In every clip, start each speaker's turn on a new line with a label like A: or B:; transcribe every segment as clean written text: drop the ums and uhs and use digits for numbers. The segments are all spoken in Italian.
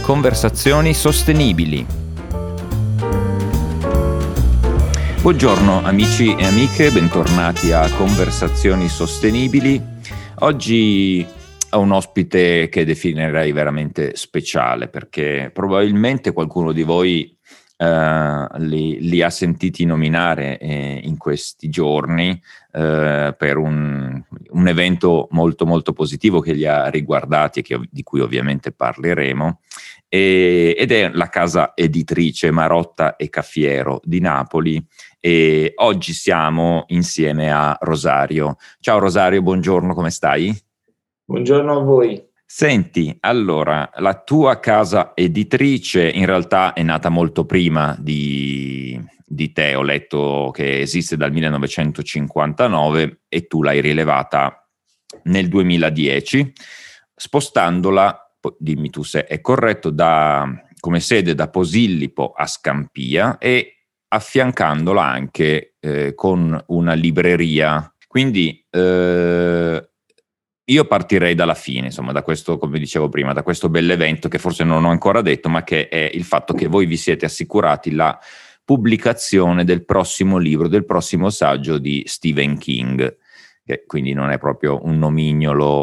A: Conversazioni sostenibili. Buongiorno amici e amiche, bentornati a Conversazioni sostenibili. Oggi ho un ospite che definirei veramente speciale, perché probabilmente qualcuno di voi li ha sentiti nominare in questi giorni per un evento molto molto positivo che li ha riguardati e di cui ovviamente parleremo, ed è la casa editrice Marotta e Cafiero di Napoli, e oggi siamo insieme a Rosario. Ciao Rosario, buongiorno, come stai?
B: Buongiorno a voi.
A: Senti, allora, la tua casa editrice in realtà è nata molto prima di te. Ho letto che esiste dal 1959 e tu l'hai rilevata nel 2010, spostandola, dimmi tu se è corretto, come sede da Posillipo a Scampia e affiancandola anche con una libreria. Quindi io partirei dalla fine, insomma, da questo, come dicevo prima, da questo bell'evento che forse non ho ancora detto, ma che è il fatto che voi vi siete assicurati la pubblicazione del prossimo libro, del prossimo saggio di Stephen King, che quindi non è proprio un nomignolo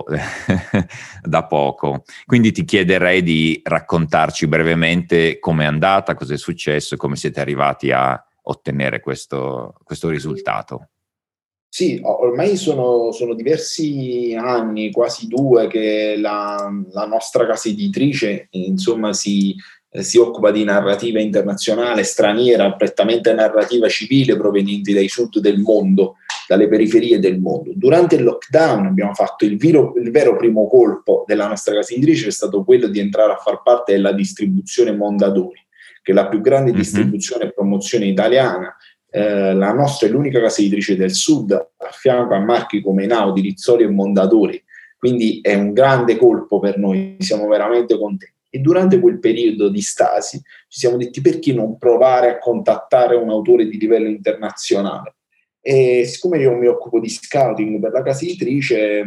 A: da poco. Quindi ti chiederei di raccontarci brevemente com'è andata, cosa è successo e come siete arrivati a ottenere questo risultato.
B: Sì, ormai sono diversi anni, quasi 2, che la nostra casa editrice, insomma, si occupa di narrativa internazionale, straniera, prettamente narrativa civile, provenienti dai sud del mondo, dalle periferie del mondo. Durante il lockdown abbiamo fatto il vero primo colpo della nostra casa editrice, è stato quello di entrare a far parte della distribuzione Mondadori, che è la più grande distribuzione e promozione italiana. La nostra è l'unica casa editrice del sud, a fianco a marchi come Einaudi, Rizzoli e Mondadori, quindi è un grande colpo per noi, siamo veramente contenti. E durante quel periodo di stasi ci siamo detti: perché non provare a contattare un autore di livello internazionale? E siccome io mi occupo di scouting per la casa editrice,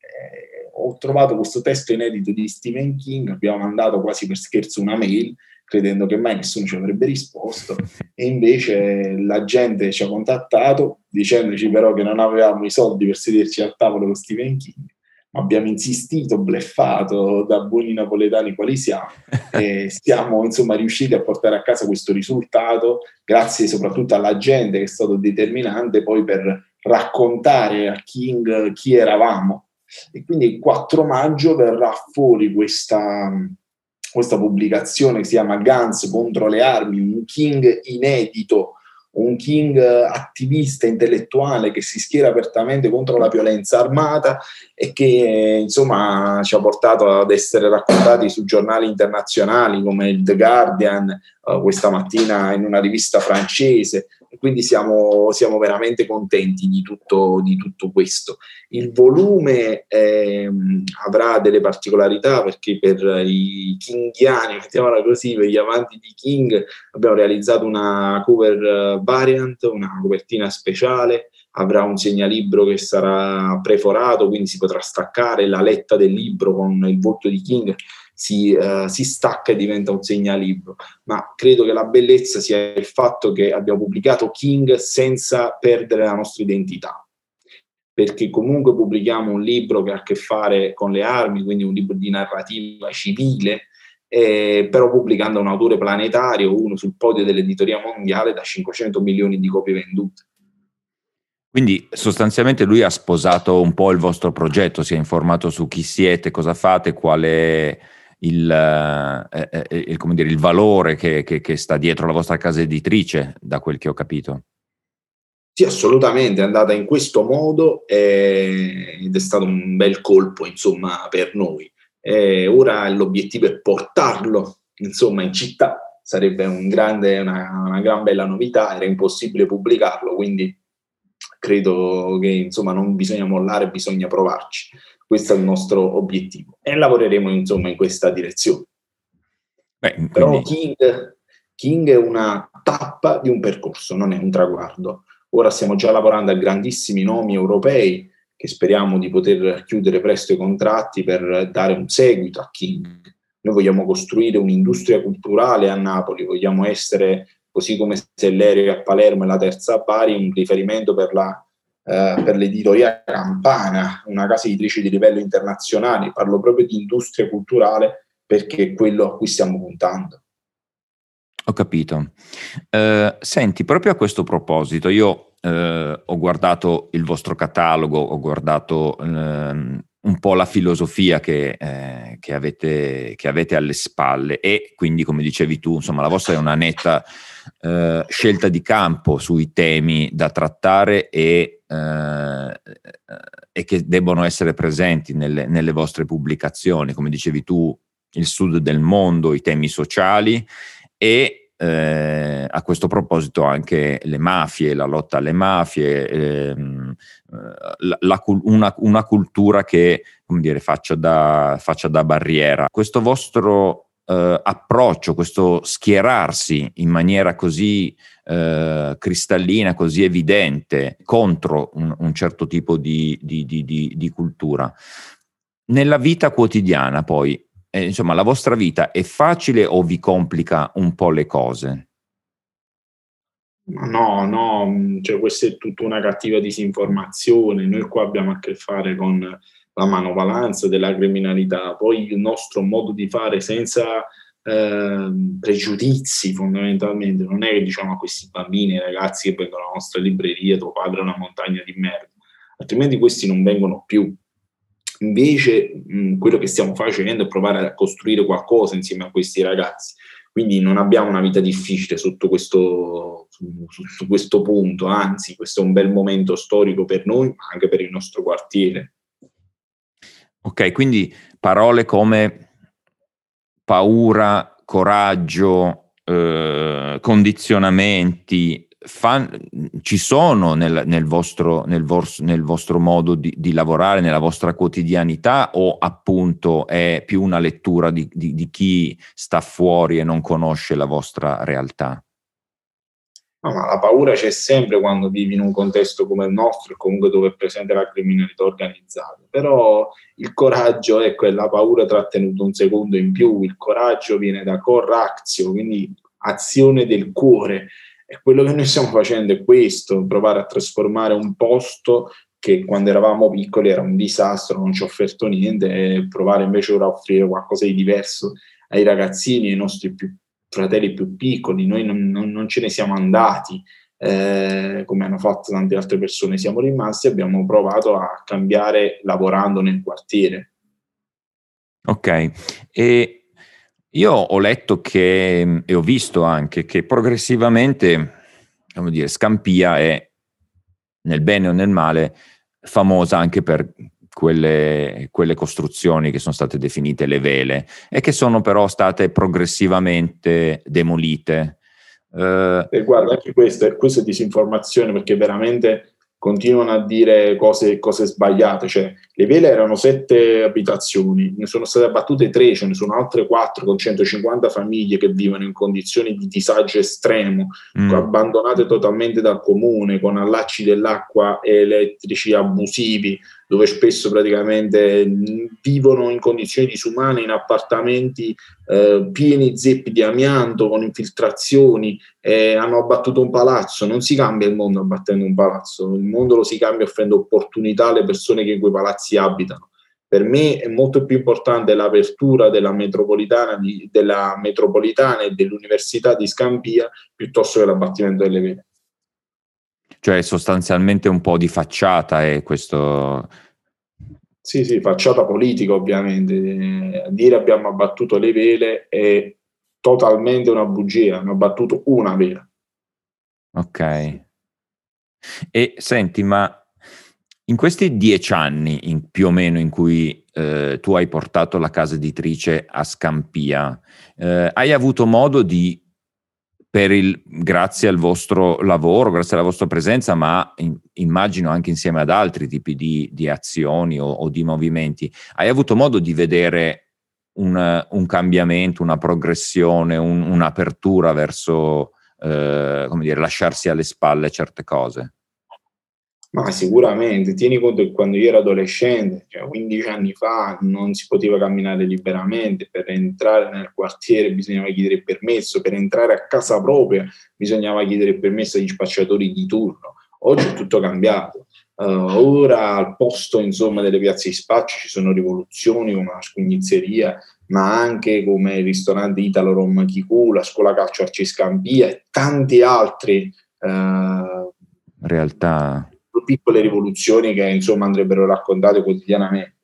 B: ho trovato questo testo inedito di Stephen King, abbiamo mandato quasi per scherzo una mail, credendo che mai nessuno ci avrebbe risposto, e invece la gente ci ha contattato dicendoci però che non avevamo i soldi per sederci al tavolo con Stephen King, ma abbiamo insistito, bleffato da buoni napoletani quali siamo, e siamo insomma riusciti a portare a casa questo risultato grazie soprattutto alla gente, che è stato determinante poi per raccontare a King chi eravamo. E quindi il 4 maggio verrà fuori questa pubblicazione che si chiama Guns contro le armi, un King inedito, un King attivista intellettuale che si schiera apertamente contro la violenza armata e che insomma ci ha portato ad essere raccontati su giornali internazionali come il The Guardian, questa mattina in una rivista francese, e quindi siamo veramente contenti di tutto questo. Il volume avrà delle particolarità, perché per i kingiani, mettiamola così, per gli amanti di King, abbiamo realizzato una cover variant, una copertina speciale. Avrà un segnalibro che sarà preforato, quindi si potrà staccare la letta del libro con il volto di King, si stacca e diventa un segnalibro. Ma credo che la bellezza sia il fatto che abbiamo pubblicato King senza perdere la nostra identità, perché comunque pubblichiamo un libro che ha a che fare con le armi, quindi un libro di narrativa civile, però pubblicando un autore planetario, uno sul podio dell'editoria mondiale, da 500 milioni di copie vendute.
A: Quindi sostanzialmente lui ha sposato un po' il vostro progetto, si è informato su chi siete, cosa fate, qual è come dire, il valore che sta dietro la vostra casa editrice, da quel che ho capito.
B: Sì, assolutamente, è andata in questo modo ed è stato un bel colpo, insomma, per noi. Ora l'obiettivo è portarlo, insomma, in città. Sarebbe una gran bella novità, era impossibile pubblicarlo, quindi credo che insomma non bisogna mollare, bisogna provarci. Questo è il nostro obiettivo e lavoreremo insomma in questa direzione.
A: Quindi...
B: Però King è una tappa di un percorso, non è un traguardo. Ora stiamo già lavorando a grandissimi nomi europei che speriamo di poter chiudere presto i contratti per dare un seguito a King. Noi vogliamo costruire un'industria culturale a Napoli, vogliamo essere, così come Sellerio a Palermo e la Terza a Bari, un riferimento per l'editoria Campana, una casa editrice di livello internazionale. Parlo proprio di industria culturale perché è quello a cui stiamo puntando.
A: Ho capito. Senti, proprio a questo proposito, io ho guardato il vostro catalogo, ho guardato un po' la filosofia che avete alle spalle, e quindi, come dicevi tu, insomma, la vostra è una netta scelta di campo sui temi da trattare e che debbono essere presenti nelle vostre pubblicazioni. Come dicevi tu, il sud del mondo, i temi sociali e a questo proposito anche le mafie, la lotta alle mafie, una cultura che, come dire, faccia da barriera. Questo vostro approccio, questo schierarsi in maniera così cristallina, così evidente contro un certo tipo di cultura, nella vita quotidiana poi, insomma, la vostra vita è facile o vi complica un po' le cose?
B: No, cioè questa è tutta una cattiva disinformazione. Noi qua abbiamo a che fare con la manovalanza della criminalità, poi il nostro modo di fare senza pregiudizi, fondamentalmente. Non è che diciamo a questi bambini, ai ragazzi che vengono alla nostra libreria, tuo padre è una montagna di merda, altrimenti questi non vengono più. Invece quello che stiamo facendo è provare a costruire qualcosa insieme a questi ragazzi. Quindi non abbiamo una vita difficile su questo punto, anzi, questo è un bel momento storico per noi, ma anche per il nostro quartiere.
A: Ok, quindi parole come paura, coraggio, condizionamenti, ci sono nel vostro modo di lavorare, nella vostra quotidianità, o appunto è più una lettura di chi sta fuori e non conosce la vostra realtà?
B: No, ma la paura c'è sempre quando vivi in un contesto come il nostro, comunque dove è presente la criminalità organizzata. Però il coraggio, ecco, è la paura trattenuta un secondo in più. Il coraggio viene da corractio, quindi azione del cuore. E quello che noi stiamo facendo è questo, provare a trasformare un posto che quando eravamo piccoli era un disastro, non ci ha offerto niente, e provare invece ora a offrire qualcosa di diverso ai ragazzini, ai nostri fratelli più piccoli. Noi non ce ne siamo andati come hanno fatto tante altre persone, siamo rimasti e abbiamo provato a cambiare lavorando nel quartiere.
A: Ok, e io ho letto e ho visto anche che progressivamente, come dire, Scampia è, nel bene o nel male, famosa anche per quelle costruzioni che sono state definite le vele e che sono però state progressivamente demolite.
B: E guarda, anche questa è disinformazione, perché veramente continuano a dire cose sbagliate. Cioè, le vele erano 7 abitazioni, ne sono state abbattute 3, ce ne sono altre 4 con 150 famiglie che vivono in condizioni di disagio estremo, abbandonate totalmente dal comune, con allacci dell'acqua elettrici abusivi, dove spesso praticamente vivono in condizioni disumane in appartamenti pieni zeppi di amianto, con infiltrazioni. Hanno abbattuto un palazzo. Non si cambia il mondo abbattendo un palazzo, il mondo lo si cambia offrendo opportunità alle persone che in quei palazzi abitano. Per me è molto più importante l'apertura della metropolitana e dell'Università di Scampia piuttosto che l'abbattimento delle vele.
A: Cioè sostanzialmente un po' di facciata è questo.
B: Sì, facciata politica, ovviamente. Dire abbiamo abbattuto le vele è totalmente una bugia, hanno abbattuto una vela.
A: Ok. E senti, ma in questi 10 anni più o meno in cui tu hai portato la casa editrice a Scampia, hai avuto modo grazie al vostro lavoro, grazie alla vostra presenza, ma immagino anche insieme ad altri tipi di azioni o di movimenti, hai avuto modo di vedere un cambiamento, una progressione, un'apertura verso come dire, lasciarsi alle spalle certe cose?
B: Ma sicuramente, tieni conto che quando io ero adolescente, cioè 15 anni fa, non si poteva camminare liberamente, per entrare nel quartiere bisognava chiedere il permesso, per entrare a casa propria bisognava chiedere il permesso agli spacciatori di turno. Oggi è tutto cambiato. Ora al posto, insomma, delle piazze di spaccio ci sono rivoluzioni come la scugnizzeria, ma anche come il ristorante Italo Roma Chicù, la scuola calcio Arciscampia e tanti altri
A: realtà.
B: piccole rivoluzioni che insomma andrebbero raccontate quotidianamente.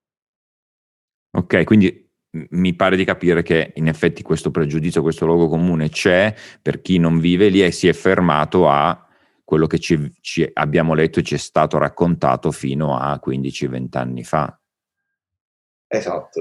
A: Ok, quindi mi pare di capire che in effetti questo pregiudizio, questo luogo comune c'è per chi non vive lì e si è fermato a quello che ci abbiamo letto e ci è stato raccontato fino a 15-20 anni fa.
B: Esatto.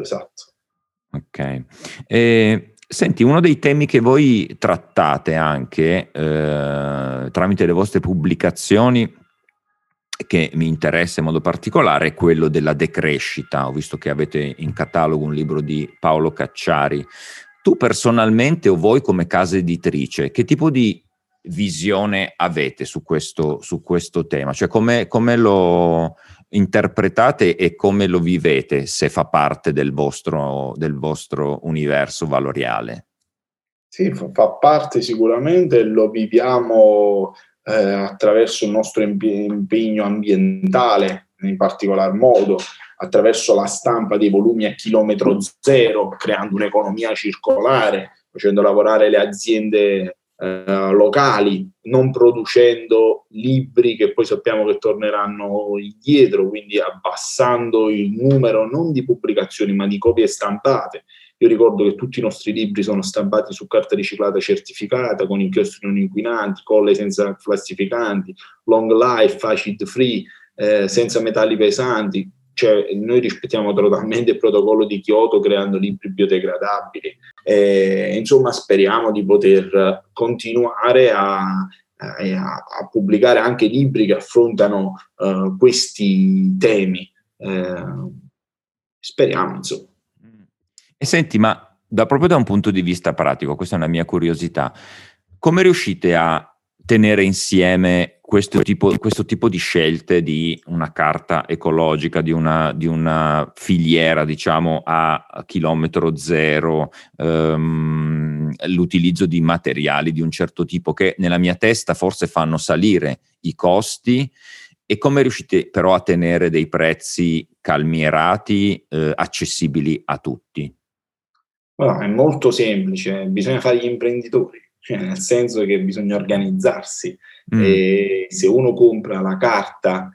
A: Ok. Senti, uno dei temi che voi trattate anche tramite le vostre pubblicazioni, che mi interessa in modo particolare, è quello della decrescita. Ho visto che avete in catalogo un libro di Paolo Cacciari. Tu personalmente o voi come casa editrice, che tipo di visione avete su questo tema? Cioè come lo interpretate e come lo vivete, se fa parte del vostro universo valoriale?
B: Sì, fa parte sicuramente, lo viviamo attraverso il nostro impegno ambientale, in particolar modo, attraverso la stampa dei volumi a chilometro zero, creando un'economia circolare, facendo lavorare le aziende locali, non producendo libri che poi sappiamo che torneranno indietro, quindi abbassando il numero non di pubblicazioni ma di copie stampate. Io ricordo che tutti i nostri libri sono stampati su carta riciclata certificata, con inchiostri non inquinanti, colle senza plastificanti, long life, acid free, senza metalli pesanti. Cioè, noi rispettiamo totalmente il protocollo di Kyoto creando libri biodegradabili. Insomma, speriamo di poter continuare a pubblicare anche libri che affrontano questi temi. Speriamo, insomma.
A: E senti, ma proprio da un punto di vista pratico, questa è una mia curiosità, come riuscite a tenere insieme questo tipo di scelte di una carta ecologica, di una filiera, diciamo, a chilometro zero, l'utilizzo di materiali di un certo tipo che nella mia testa forse fanno salire i costi, e come riuscite però a tenere dei prezzi calmierati, accessibili a tutti?
B: No, è molto semplice, bisogna fare gli imprenditori, cioè nel senso che bisogna organizzarsi. E se uno compra la carta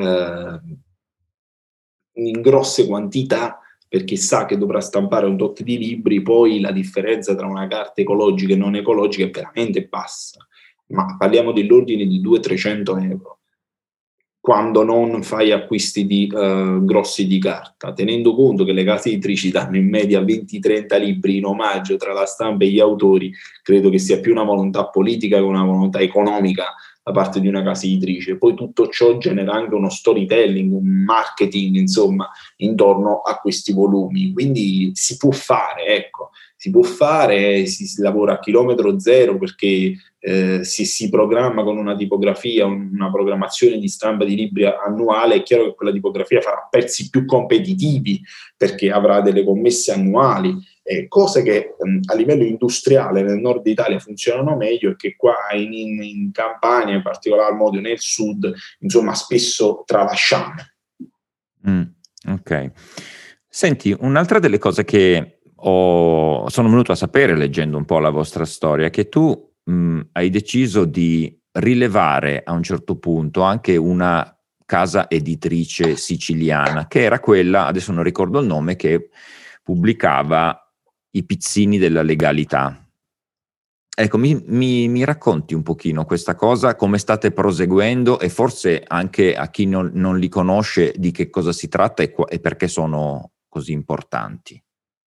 B: in grosse quantità perché sa che dovrà stampare un tot di libri, poi la differenza tra una carta ecologica e non ecologica è veramente bassa, ma parliamo dell'ordine di 200-300 euro quando non fai acquisti di grossi di carta, tenendo conto che le case editrici danno in media 20-30 libri in omaggio tra la stampa e gli autori. Credo che sia più una volontà politica che una volontà economica da parte di una casa editrice. Poi tutto ciò genera anche uno storytelling, un marketing, insomma, intorno a questi volumi. Quindi si può fare, ecco, si può fare, si lavora a chilometro zero perché si programma con una tipografia, una programmazione di stampa di libri annuale. È chiaro che quella tipografia farà prezzi più competitivi perché avrà delle commesse annuali, cose che a livello industriale nel nord Italia funzionano meglio e che qua in Campania, in particolar modo nel sud, insomma spesso tralasciamo.
A: Ok. Senti, un'altra delle cose che sono venuto a sapere leggendo un po' la vostra storia è che tu hai deciso di rilevare a un certo punto anche una casa editrice siciliana, che era quella, adesso non ricordo il nome, che pubblicava i pizzini della legalità. Ecco, mi racconti un pochino questa cosa, come state proseguendo e forse anche a chi non li conosce di che cosa si tratta e perché sono così importanti.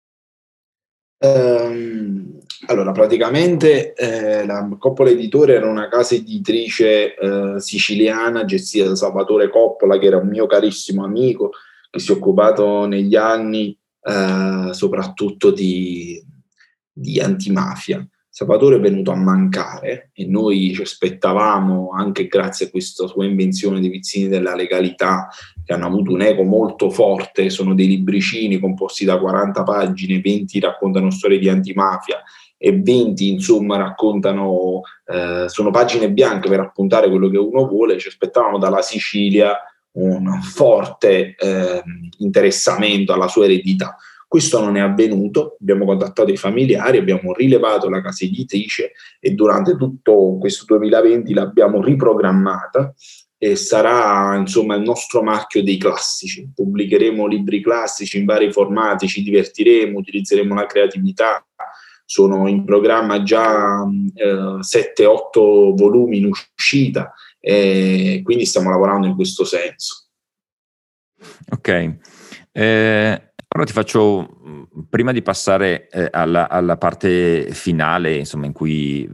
B: Allora, praticamente la Coppola Editore era una casa editrice siciliana gestita da Salvatore Coppola, che era un mio carissimo amico, che si è occupato negli anni soprattutto di antimafia. Salvatore è venuto a mancare e noi ci aspettavamo, anche grazie a questa sua invenzione dei vizzini della legalità, che hanno avuto un eco molto forte. Sono dei libricini composti da 40 pagine, 20 raccontano storie di antimafia e 20 insomma raccontano, sono pagine bianche per appuntare quello che uno vuole. Ci aspettavamo dalla Sicilia un forte interessamento alla sua eredità. Questo non è avvenuto, abbiamo contattato i familiari, abbiamo rilevato la casa editrice e durante tutto questo 2020 l'abbiamo riprogrammata e sarà insomma il nostro marchio dei classici. Pubblicheremo libri classici in vari formati, ci divertiremo, utilizzeremo la creatività. Sono in programma già 7-8 volumi in uscita e quindi stiamo lavorando in questo senso.
A: Ok. Allora ti faccio, prima di passare alla parte finale, insomma, in cui,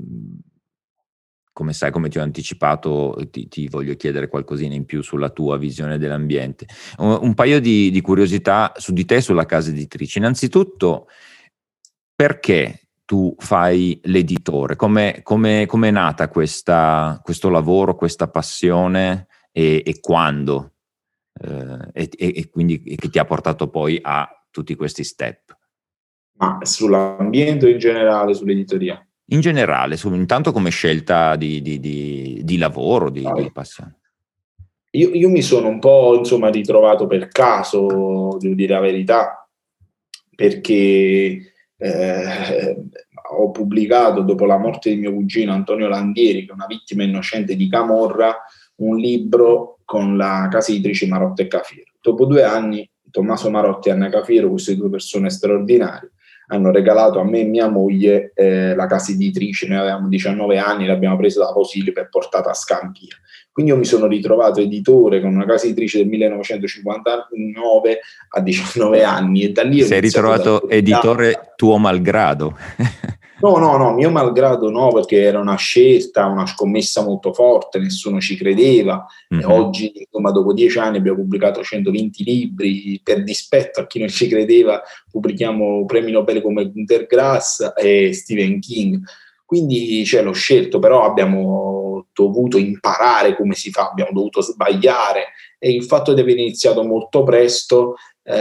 A: come sai, come ti ho anticipato, ti voglio chiedere qualcosina in più sulla tua visione dell'ambiente. Un paio di curiosità su di te e sulla casa editrice. Innanzitutto, perché tu fai l'editore? Come è nata questo lavoro, questa passione e quando? E quindi che ti ha portato poi a tutti questi step?
B: Ma sull'ambiente o in generale sull'editoria?
A: In generale, intanto come scelta di lavoro, di passione.
B: Io mi sono un po' insomma ritrovato per caso, devo dire la verità, perché ho pubblicato dopo la morte di mio cugino Antonio Landieri, che è una vittima innocente di camorra, un libro con la casa editrice Marotta e Cafiero. Dopo 2 anni Tommaso Marotta e Anna Cafiero, queste 2 persone straordinarie, hanno regalato a me e mia moglie la casa editrice. Noi avevamo 19 anni, l'abbiamo presa da Posillipo e portata a Scampia. Quindi io mi sono ritrovato editore con una casa editrice del 1959 a 19 anni e da lì
A: sei ritrovato editore tuo malgrado.
B: No, mio malgrado no, perché era una scelta, una scommessa molto forte, nessuno ci credeva. E oggi, insomma, dopo 10 anni abbiamo pubblicato 120 libri, per dispetto a chi non ci credeva, pubblichiamo premi Nobel come Günter Grass e Stephen King. Quindi l'ho scelto, però abbiamo dovuto imparare come si fa, abbiamo dovuto sbagliare e il fatto di aver iniziato molto presto ci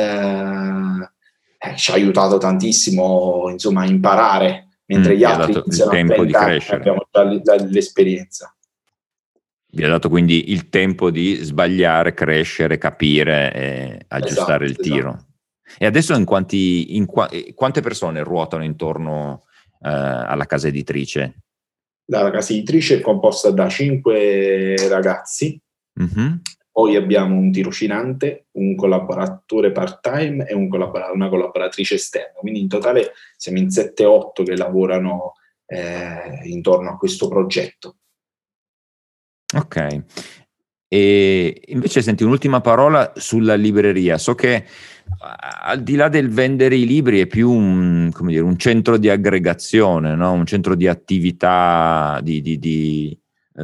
B: ha aiutato tantissimo, insomma, a imparare. Mentre gli altri iniziano a 30 anni, abbiamo già l'esperienza.
A: Vi ha dato quindi il tempo di sbagliare, crescere, capire e aggiustare il tiro. Esatto. E adesso quante persone ruotano intorno alla casa editrice?
B: La casa editrice è composta da 5 ragazzi. Poi abbiamo un tirocinante, un collaboratore part-time e una collaboratrice esterna. Quindi in totale siamo in 7-8 che lavorano intorno a questo progetto.
A: Ok. E invece senti un'ultima parola sulla libreria. So che al di là del vendere i libri è più un centro di aggregazione, no? Un centro di attività, di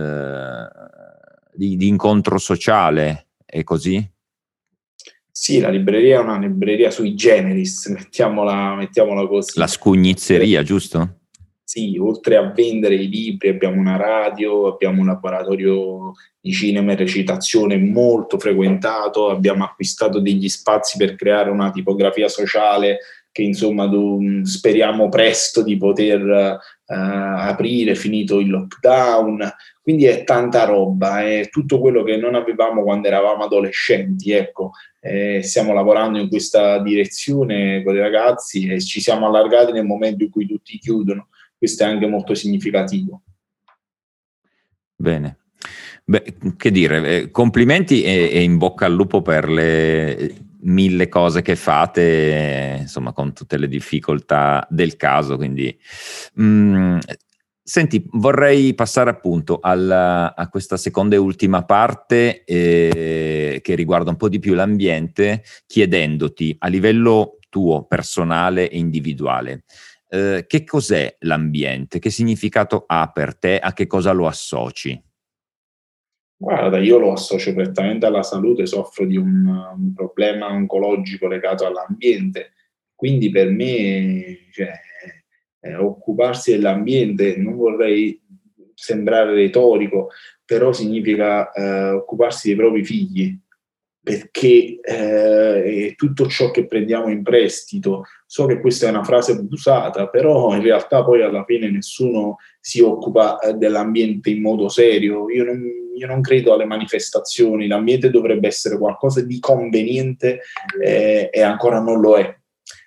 A: incontro sociale, è così?
B: Sì, la libreria è una libreria sui generis, mettiamola così.
A: La scugnizzeria, giusto?
B: Sì, oltre a vendere i libri abbiamo una radio, abbiamo un laboratorio di cinema e recitazione molto frequentato, abbiamo acquistato degli spazi per creare una tipografia sociale che insomma speriamo presto di poter aprire finito il lockdown. Quindi è tanta roba, è tutto quello che non avevamo quando eravamo adolescenti, ecco. Stiamo lavorando in questa direzione con i ragazzi e ci siamo allargati nel momento in cui tutti chiudono. Questo è anche molto significativo.
A: Bene. Beh, che dire, complimenti e in bocca al lupo per le 1000 cose che fate, insomma, con tutte le difficoltà del caso. Quindi, senti, vorrei passare appunto a questa seconda e ultima parte che riguarda un po' di più l'ambiente, chiedendoti a livello tuo, personale e individuale, che cos'è l'ambiente? Che significato ha per te? A che cosa lo associ?
B: Guarda, io lo associo prettamente alla salute, soffro di un problema oncologico legato all'ambiente, quindi per me occuparsi dell'ambiente, non vorrei sembrare retorico, però significa occuparsi dei propri figli, perché tutto ciò che prendiamo in prestito, so che questa è una frase usata, però in realtà poi alla fine nessuno si occupa dell'ambiente in modo serio. Io non credo alle manifestazioni, l'ambiente dovrebbe essere qualcosa di conveniente e ancora non lo è.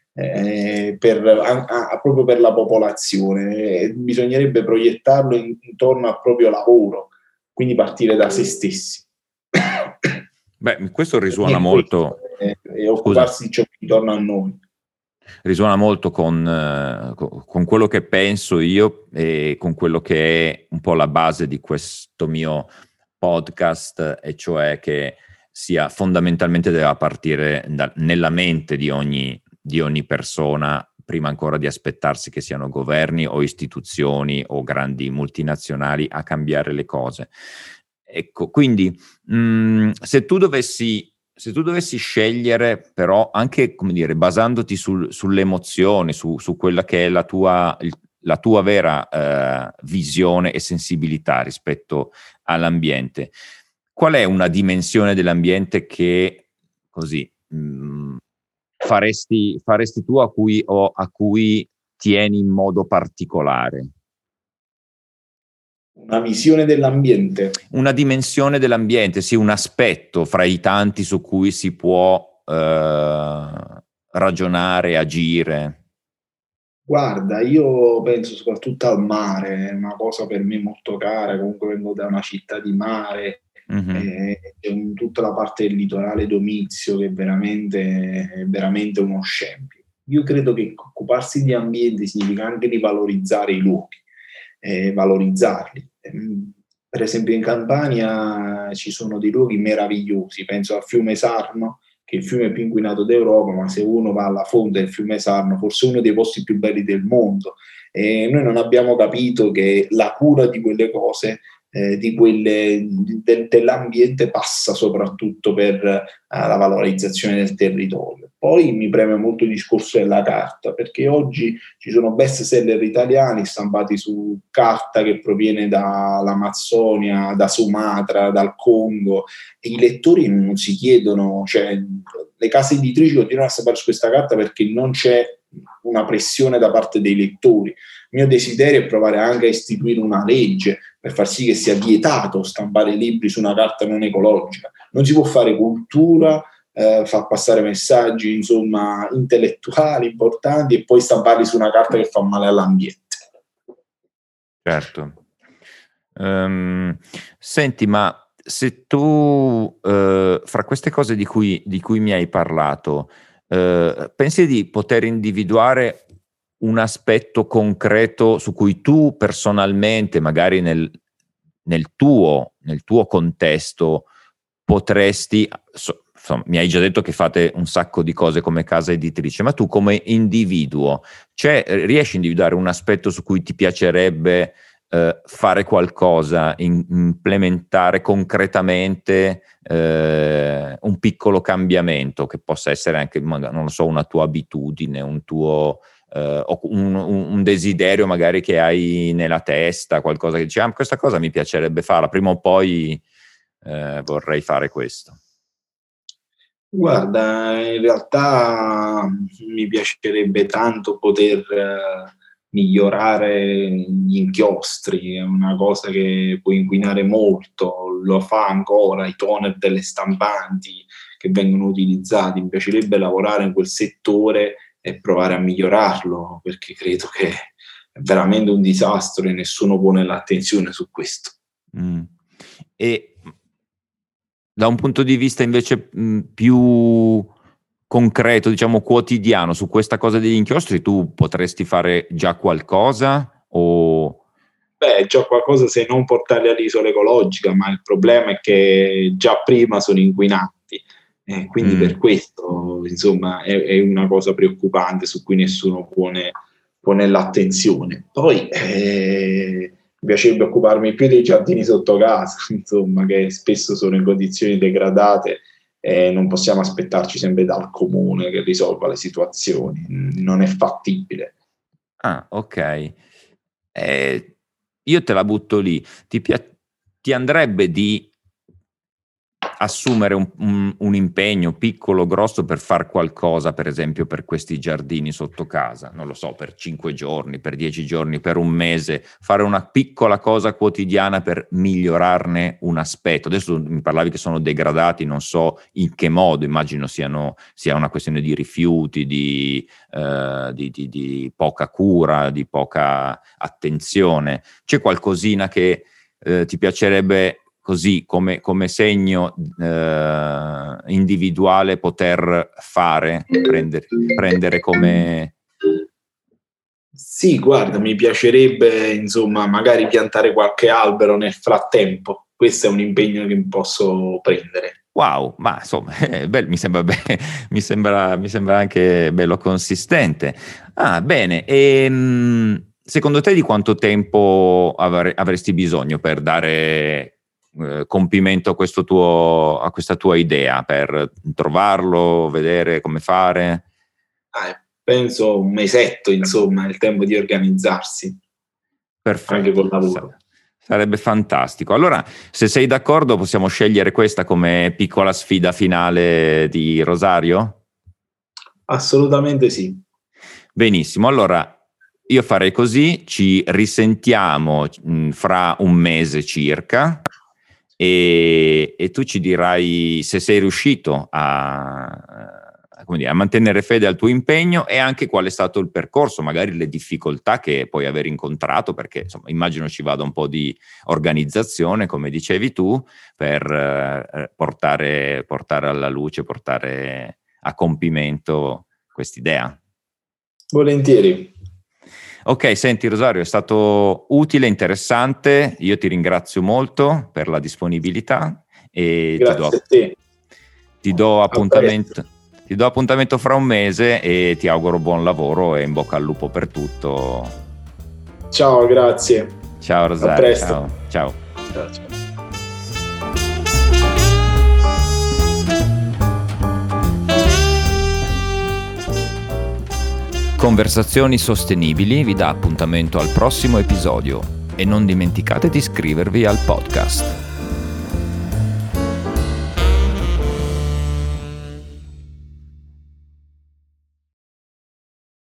B: Proprio per la popolazione, bisognerebbe proiettarlo intorno al proprio lavoro, quindi partire da se stessi.
A: Beh, questo risuona molto.
B: E occuparsi di ciò che intorno a noi.
A: Risuona molto con quello che penso io e con quello che è un po' la base di questo mio podcast, e cioè che sia fondamentalmente deve partire nella mente di ogni persona, prima ancora di aspettarsi che siano governi o istituzioni o grandi multinazionali a cambiare le cose. Ecco, quindi se tu dovessi scegliere, però anche, come dire, basandoti sulle emozioni, su quella che è la tua vera visione e sensibilità rispetto all'ambiente, qual è una dimensione dell'ambiente che così faresti tu, a cui tieni in modo particolare?
B: Una visione dell'ambiente.
A: Una dimensione dell'ambiente, sì, un aspetto fra i tanti su cui si può ragionare, agire.
B: Guarda, io penso soprattutto al mare, è una cosa per me molto cara, comunque vengo da una città di mare, tutta la parte del litorale Domizio che è veramente uno scempio. Io credo che occuparsi di ambiente significa anche di valorizzare i luoghi, valorizzarli. Per esempio in Campania ci sono dei luoghi meravigliosi, penso al fiume Sarno, che è il fiume più inquinato d'Europa, ma se uno va alla fonte del fiume Sarno, forse è uno dei posti più belli del mondo. E noi non abbiamo capito che la cura di quelle cose, dell'ambiente, passa soprattutto per la valorizzazione del territorio. Poi mi preme molto il discorso della carta, perché oggi ci sono best seller italiani stampati su carta che proviene dall'Amazzonia, da Sumatra, dal Congo, e i lettori non si chiedono, cioè le case editrici continuano a stampare su questa carta perché non c'è una pressione da parte dei lettori. Il mio desiderio è provare anche a istituire una legge per far sì che sia vietato stampare libri su una carta non ecologica. Non si può fare cultura, far passare messaggi, insomma, intellettuali importanti e poi stamparli su una carta che fa male all'ambiente.
A: Certo. Senti, ma se tu fra queste cose di cui mi hai parlato, pensi di poter individuare un aspetto concreto su cui tu personalmente, magari nel tuo contesto, potresti, insomma, mi hai già detto che fate un sacco di cose come casa editrice, ma tu come individuo, riesci a individuare un aspetto su cui ti piacerebbe fare qualcosa, implementare concretamente un piccolo cambiamento che possa essere anche, non lo so, una tua abitudine, un tuo o un desiderio magari che hai nella testa, qualcosa che dici, questa cosa mi piacerebbe farla, prima o poi vorrei fare questo.
B: Guarda, in realtà mi piacerebbe tanto poter migliorare gli inchiostri, è una cosa che può inquinare molto, lo fa ancora, i toner delle stampanti che vengono utilizzati. Mi piacerebbe lavorare in quel settore e provare a migliorarlo, perché credo che è veramente un disastro e nessuno pone l'attenzione su questo.
A: E da un punto di vista invece più concreto, diciamo quotidiano, su questa cosa degli inchiostri, tu potresti fare già qualcosa o...
B: Beh, già qualcosa se non portarli all'isola ecologica, ma il problema è che già prima sono inquinanti, quindi per questo, insomma, è una cosa preoccupante su cui nessuno pone l'attenzione. Poi mi piacerebbe occuparmi più dei giardini sotto casa, insomma, che spesso sono in condizioni degradate e non possiamo aspettarci sempre dal comune che risolva le situazioni, non è fattibile.
A: Ah, ok. Io te la butto lì. Ti andrebbe di assumere un impegno piccolo o grosso per far qualcosa, per esempio per questi giardini sotto casa, non lo so, per 5 giorni, per 10 giorni, per un mese, fare una piccola cosa quotidiana per migliorarne un aspetto? Adesso mi parlavi che sono degradati, non so in che modo, immagino sia una questione di rifiuti, di poca cura, di poca attenzione. C'è qualcosina che ti piacerebbe così come segno individuale poter fare, prendere come...
B: Sì, guarda, mi piacerebbe insomma magari piantare qualche albero nel frattempo. Questo è un impegno che posso prendere.
A: Wow, ma insomma, mi sembra anche bello consistente. Ah, bene. Secondo te di quanto tempo avresti bisogno per dare compimento a questa tua idea, per trovarlo, vedere come fare?
B: Penso un mesetto, insomma, il tempo di organizzarsi.
A: Perfetto.
B: Anche col lavoro.
A: Sarebbe fantastico. Allora, se sei d'accordo, possiamo scegliere questa come piccola sfida finale di Rosario?
B: Assolutamente sì.
A: Benissimo, allora io farei così, ci risentiamo fra un mese circa e tu ci dirai se sei riuscito a mantenere fede al tuo impegno e anche qual è stato il percorso, magari le difficoltà che puoi aver incontrato, perché insomma immagino ci vada un po' di organizzazione, come dicevi tu, per portare alla luce, portare a compimento quest'idea.
B: Volentieri.
A: Ok, senti Rosario, è stato utile, interessante, io ti ringrazio molto per la disponibilità e
B: grazie a te.
A: Ti do appuntamento fra un mese e ti auguro buon lavoro e in bocca al lupo per tutto.
B: Ciao, grazie.
A: Ciao Rosario.
B: A presto.
A: Ciao.
B: Ciao.
A: Conversazioni Sostenibili vi dà appuntamento al prossimo episodio e non dimenticate di iscrivervi al podcast.